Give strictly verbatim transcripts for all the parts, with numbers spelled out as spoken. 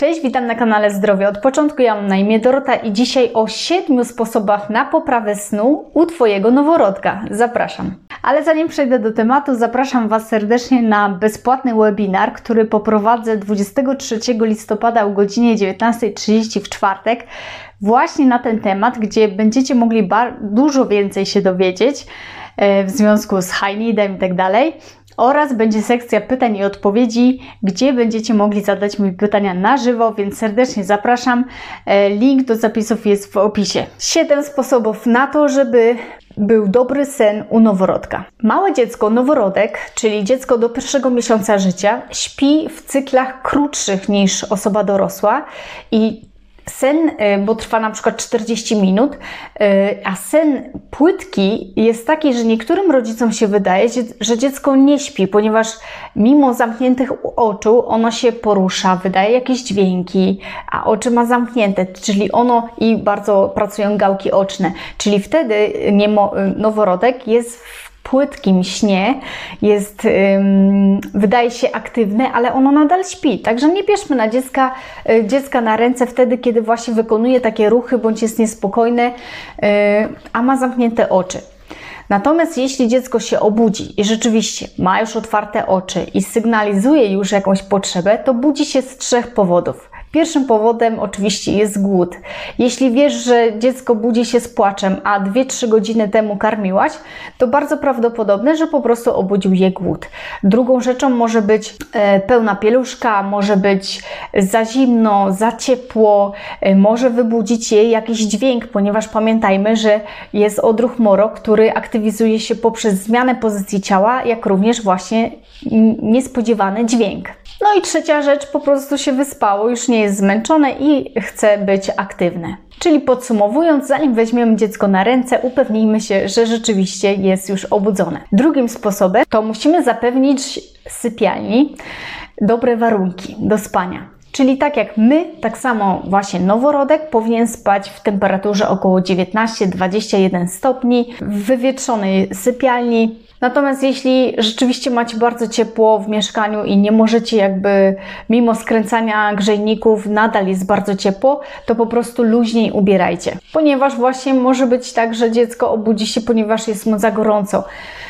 Cześć, witam na kanale Zdrowie od Początku. Ja mam na imię Dorota i dzisiaj o siedmiu sposobach na poprawę snu u Twojego noworodka. Zapraszam. Ale zanim przejdę do tematu, zapraszam Was serdecznie na bezpłatny webinar, który poprowadzę dwudziestego trzeciego listopada o godzinie dziewiętnastej trzydzieści w czwartek. Właśnie na ten temat, gdzie będziecie mogli dużo więcej się dowiedzieć w związku z high needem i tak dalej. Oraz będzie sekcja pytań i odpowiedzi, gdzie będziecie mogli zadać mi pytania na żywo, więc serdecznie zapraszam. Link do zapisów jest w opisie. siedem sposobów na to, żeby był dobry sen u noworodka. Małe dziecko, noworodek, czyli dziecko do pierwszego miesiąca życia, śpi w cyklach krótszych niż osoba dorosła i sen, bo trwa na przykład czterdzieści minut, a sen płytki jest taki, że niektórym rodzicom się wydaje, że dziecko nie śpi, ponieważ mimo zamkniętych oczu ono się porusza, wydaje jakieś dźwięki, a oczy ma zamknięte, czyli ono i bardzo pracują gałki oczne, czyli wtedy niemo, noworodek jest w płytkim śnie, jest, ym, wydaje się aktywne, ale ono nadal śpi. Także nie bierzmy na dziecka, y, dziecka na ręce wtedy, kiedy właśnie wykonuje takie ruchy, bądź jest niespokojne, y, a ma zamknięte oczy. Natomiast jeśli dziecko się obudzi i rzeczywiście ma już otwarte oczy i sygnalizuje już jakąś potrzebę, to budzi się z trzech powodów. Pierwszym powodem oczywiście jest głód. Jeśli wiesz, że dziecko budzi się z płaczem, a dwie trzy godziny temu karmiłaś, to bardzo prawdopodobne, że po prostu obudził je głód. Drugą rzeczą może być e, pełna pieluszka, może być za zimno, za ciepło, e, może wybudzić je jakiś dźwięk, ponieważ pamiętajmy, że jest odruch Moro, który aktywizuje się poprzez zmianę pozycji ciała, jak również właśnie niespodziewany dźwięk. No i trzecia rzecz, po prostu się wyspało, już nie jest zmęczone i chce być aktywne. Czyli podsumowując, zanim weźmiemy dziecko na ręce, upewnijmy się, że rzeczywiście jest już obudzone. Drugim sposobem to musimy zapewnić sypialni dobre warunki do spania. Czyli tak jak my, tak samo właśnie noworodek powinien spać w temperaturze około dziewiętnaście do dwudziestu jeden stopni w wywietrzonej sypialni. Natomiast jeśli rzeczywiście macie bardzo ciepło w mieszkaniu i nie możecie jakby mimo skręcania grzejników nadal jest bardzo ciepło, to po prostu luźniej ubierajcie. Ponieważ właśnie może być tak, że dziecko obudzi się, ponieważ jest mu za gorąco.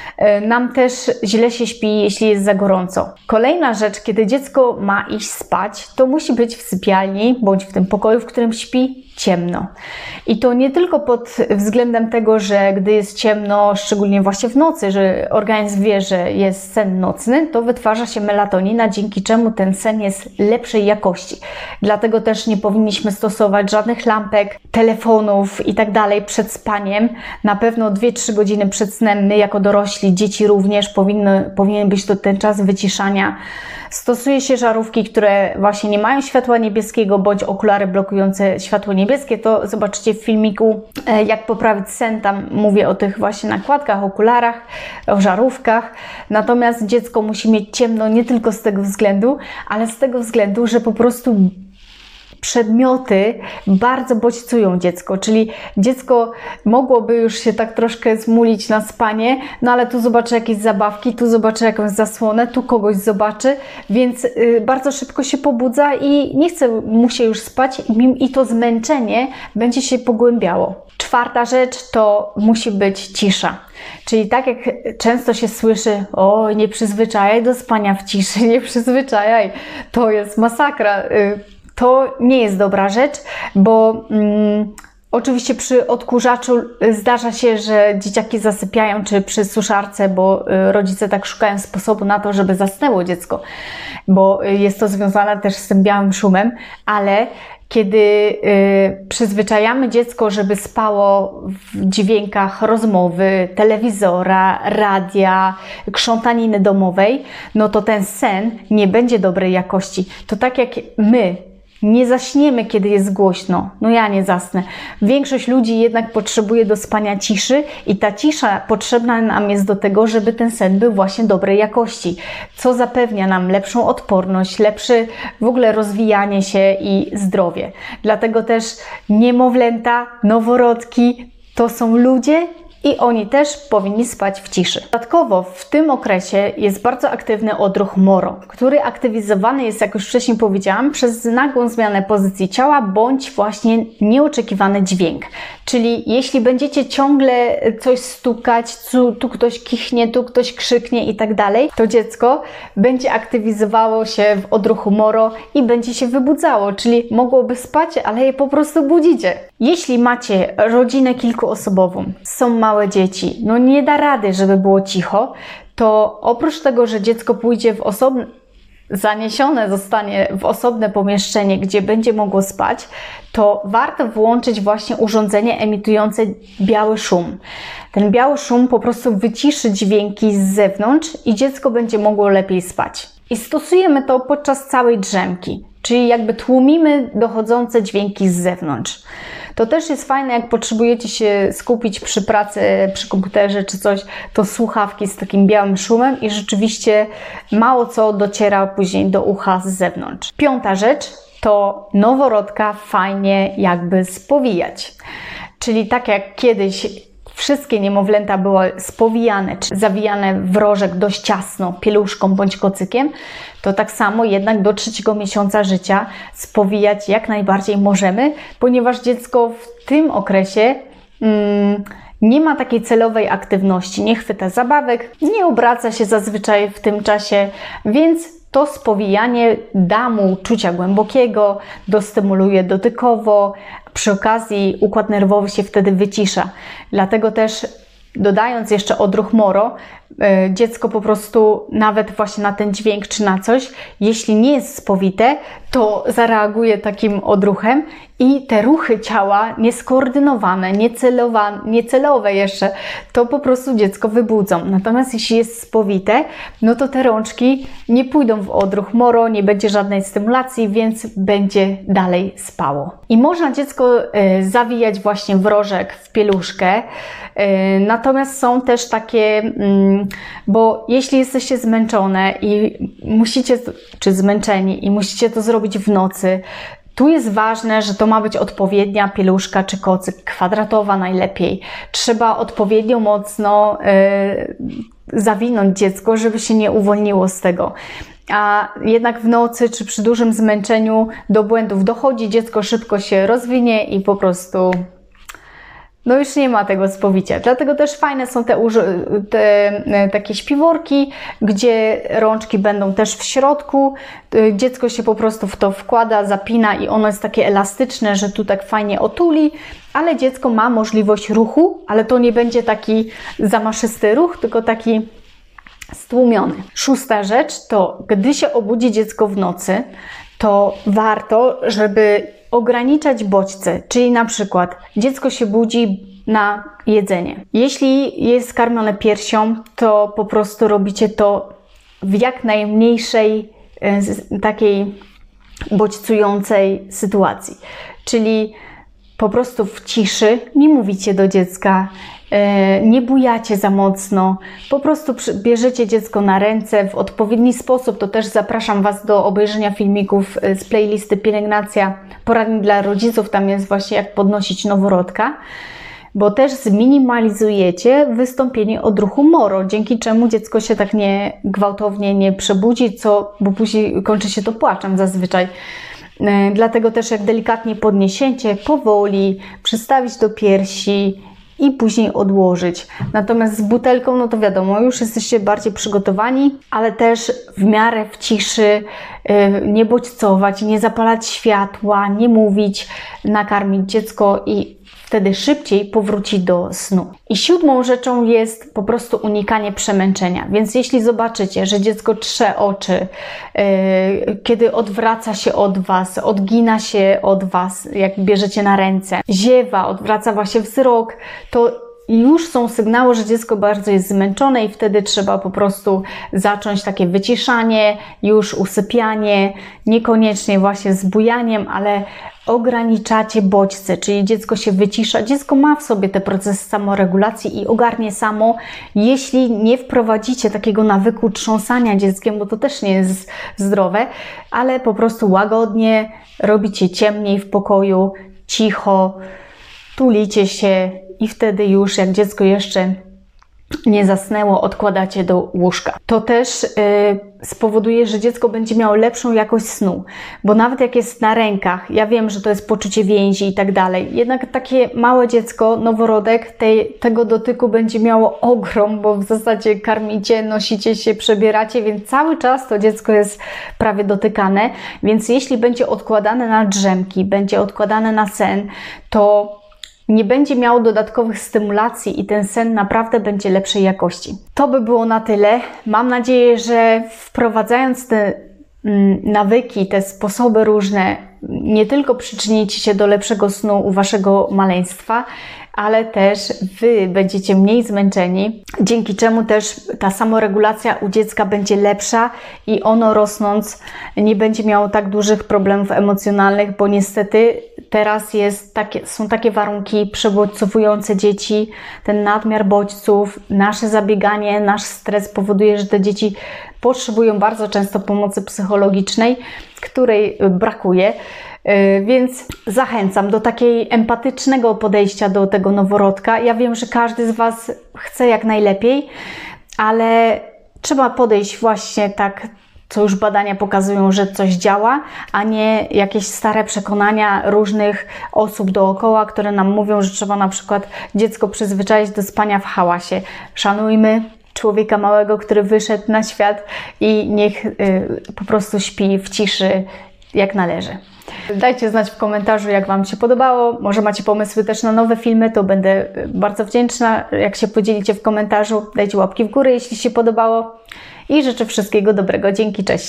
Nam też źle się śpi, jeśli jest za gorąco. Kolejna rzecz, kiedy dziecko ma iść spać, to musi być w sypialni bądź w tym pokoju, w którym śpi, ciemno. I to nie tylko pod względem tego, że gdy jest ciemno, szczególnie właśnie w nocy, że organizm wie, że jest sen nocny, to wytwarza się melatonina, dzięki czemu ten sen jest lepszej jakości. Dlatego też nie powinniśmy stosować żadnych lampek, telefonów i tak dalej przed spaniem. Na pewno dwie trzy godziny przed snem my jako dorośli, dzieci również powinny, powinien być to ten czas wyciszania. Stosuje się żarówki, które właśnie nie mają światła niebieskiego, bądź okulary blokujące światło niebieskie. To zobaczycie w filmiku, jak poprawić sen. Tam mówię o tych właśnie nakładkach, okularach, o żarówkach. Natomiast dziecko musi mieć ciemno nie tylko z tego względu, ale z tego względu, że po prostu przedmioty bardzo bodźcują dziecko, czyli dziecko mogłoby już się tak troszkę zmulić na spanie, no ale tu zobaczy jakieś zabawki, tu zobaczy jakąś zasłonę, tu kogoś zobaczy, więc y, bardzo szybko się pobudza i nie chce mu się już spać i to zmęczenie będzie się pogłębiało. Czwarta rzecz to musi być cisza. Czyli tak jak często się słyszy, o nie przyzwyczajaj do spania w ciszy, nie przyzwyczajaj, to jest masakra. Y, To nie jest dobra rzecz, bo mm, oczywiście przy odkurzaczu zdarza się, że dzieciaki zasypiają, czy przy suszarce, bo y, rodzice tak szukają sposobu na to, żeby zasnęło dziecko, bo y, jest to związane też z tym białym szumem, ale kiedy y, przyzwyczajamy dziecko, żeby spało w dźwiękach rozmowy, telewizora, radia, krzątaniny domowej, no to ten sen nie będzie dobrej jakości. To tak jak my nie zaśniemy, kiedy jest głośno. No ja nie zasnę. Większość ludzi jednak potrzebuje do spania ciszy i ta cisza potrzebna nam jest do tego, żeby ten sen był właśnie dobrej jakości, co zapewnia nam lepszą odporność, lepsze w ogóle rozwijanie się i zdrowie. Dlatego też niemowlęta, noworodki to są ludzie i oni też powinni spać w ciszy. Dodatkowo w tym okresie jest bardzo aktywny odruch Moro, który aktywizowany jest, jak już wcześniej powiedziałam, przez nagłą zmianę pozycji ciała bądź właśnie nieoczekiwany dźwięk. Czyli jeśli będziecie ciągle coś stukać, tu, tu ktoś kichnie, tu ktoś krzyknie i tak dalej, to dziecko będzie aktywizowało się w odruchu Moro i będzie się wybudzało, czyli mogłoby spać, ale je po prostu budzicie. Jeśli macie rodzinę kilkuosobową, są małe dzieci, no nie da rady, żeby było cicho, to oprócz tego, że dziecko pójdzie w osobne, zaniesione zostanie w osobne pomieszczenie, gdzie będzie mogło spać, to warto włączyć właśnie urządzenie emitujące biały szum. Ten biały szum po prostu wyciszy dźwięki z zewnątrz i dziecko będzie mogło lepiej spać. I stosujemy to podczas całej drzemki, czyli jakby tłumimy dochodzące dźwięki z zewnątrz. To też jest fajne, jak potrzebujecie się skupić przy pracy, przy komputerze czy coś, to słuchawki z takim białym szumem i rzeczywiście mało co dociera później do ucha z zewnątrz. Piąta rzecz to noworodka fajnie jakby spowijać. Czyli tak jak kiedyś wszystkie niemowlęta były spowijane czy zawijane w rożek dość ciasno, pieluszką bądź kocykiem, to tak samo jednak do trzeciego miesiąca życia spowijać jak najbardziej możemy, ponieważ dziecko w tym okresie mm, nie ma takiej celowej aktywności, nie chwyta zabawek, nie obraca się zazwyczaj w tym czasie, więc to spowijanie da mu czucia głębokiego, dostymuluje dotykowo, przy okazji układ nerwowy się wtedy wycisza. Dlatego też dodając jeszcze odruch Moro, dziecko po prostu nawet właśnie na ten dźwięk czy na coś, jeśli nie jest spowite, to zareaguje takim odruchem i te ruchy ciała nieskoordynowane, niecelowane, niecelowe jeszcze, to po prostu dziecko wybudzą. Natomiast jeśli jest spowite, no to te rączki nie pójdą w odruch Moro, nie będzie żadnej stymulacji, więc będzie dalej spało. I można dziecko zawijać właśnie w rożek, w pieluszkę. Natomiast są też takie, bo jeśli jesteście zmęczone i musicie, czy zmęczeni i musicie to zrobić w nocy, tu jest ważne, że to ma być odpowiednia pieluszka czy kocyk, kwadratowa najlepiej. Trzeba odpowiednio mocno yy, zawinąć dziecko, żeby się nie uwolniło z tego. A jednak w nocy czy przy dużym zmęczeniu do błędów dochodzi, dziecko szybko się rozwinie i po prostu no już nie ma tego spowicia. Dlatego też fajne są te, te takie śpiworki, gdzie rączki będą też w środku. Dziecko się po prostu w to wkłada, zapina i ono jest takie elastyczne, że tu tak fajnie otuli, ale dziecko ma możliwość ruchu, ale to nie będzie taki zamaszysty ruch, tylko taki stłumiony. Szósta rzecz to, gdy się obudzi dziecko w nocy, to warto, żeby ograniczać bodźce, czyli na przykład dziecko się budzi na jedzenie. Jeśli jest karmione piersią, to po prostu robicie to w jak najmniejszej takiej bodźcującej sytuacji. Czyli po prostu w ciszy nie mówicie do dziecka, nie bujacie za mocno, po prostu bierzecie dziecko na ręce w odpowiedni sposób. To też zapraszam Was do obejrzenia filmików z playlisty Pielęgnacja poradni dla rodziców, tam jest właśnie jak podnosić noworodka, bo też zminimalizujecie wystąpienie odruchu Moro, dzięki czemu dziecko się tak nie gwałtownie nie przebudzi, co, bo później kończy się to płaczem zazwyczaj. Dlatego też jak delikatnie podniesiecie, powoli przystawić do piersi i później odłożyć. Natomiast z butelką, no to wiadomo, już jesteście bardziej przygotowani, ale też w miarę w ciszy, nie bodźcować, nie zapalać światła, nie mówić, nakarmić dziecko i wtedy szybciej powróci do snu. I siódmą rzeczą jest po prostu unikanie przemęczenia. Więc jeśli zobaczycie, że dziecko trze oczy, yy, kiedy odwraca się od Was, odgina się od Was, jak bierzecie na ręce, ziewa, odwraca właśnie wzrok, to już są sygnały, że dziecko bardzo jest zmęczone i wtedy trzeba po prostu zacząć takie wyciszanie, już usypianie, niekoniecznie właśnie z bujaniem, ale ograniczacie bodźce, czyli dziecko się wycisza. Dziecko ma w sobie te procesy samoregulacji i ogarnie samo, jeśli nie wprowadzicie takiego nawyku trząsania dzieckiem, bo to też nie jest zdrowe, ale po prostu łagodnie robicie ciemniej w pokoju, cicho. tulicie się i wtedy już jak dziecko jeszcze nie zasnęło, odkładacie do łóżka. To też y, spowoduje, że dziecko będzie miało lepszą jakość snu, bo nawet jak jest na rękach, ja wiem, że to jest poczucie więzi i tak dalej, jednak takie małe dziecko, noworodek, tej, tego dotyku będzie miało ogrom, bo w zasadzie karmicie, nosicie się, przebieracie, więc cały czas to dziecko jest prawie dotykane, więc jeśli będzie odkładane na drzemki, będzie odkładane na sen, to nie będzie miało dodatkowych stymulacji i ten sen naprawdę będzie lepszej jakości. To by było na tyle. Mam nadzieję, że wprowadzając te nawyki, te sposoby różne, nie tylko przyczynicie się do lepszego snu u Waszego maleństwa, ale też Wy będziecie mniej zmęczeni, dzięki czemu też ta samoregulacja u dziecka będzie lepsza i ono rosnąc nie będzie miało tak dużych problemów emocjonalnych, bo niestety teraz jest takie, są takie warunki przebodźcowujące dzieci, ten nadmiar bodźców, nasze zabieganie, nasz stres powoduje, że te dzieci potrzebują bardzo często pomocy psychologicznej, której brakuje. Więc zachęcam do takiej empatycznego podejścia do tego noworodka. Ja wiem, że każdy z Was chce jak najlepiej, ale trzeba podejść właśnie tak, co już badania pokazują, że coś działa, a nie jakieś stare przekonania różnych osób dookoła, które nam mówią, że trzeba na przykład dziecko przyzwyczaić do spania w hałasie. Szanujmy człowieka małego, który wyszedł na świat i niech y, po prostu śpi w ciszy jak należy. Dajcie znać w komentarzu, jak Wam się podobało. Może macie pomysły też na nowe filmy, to będę bardzo wdzięczna, jak się podzielicie w komentarzu. Dajcie łapki w górę, jeśli się podobało. I życzę wszystkiego dobrego. Dzięki, cześć!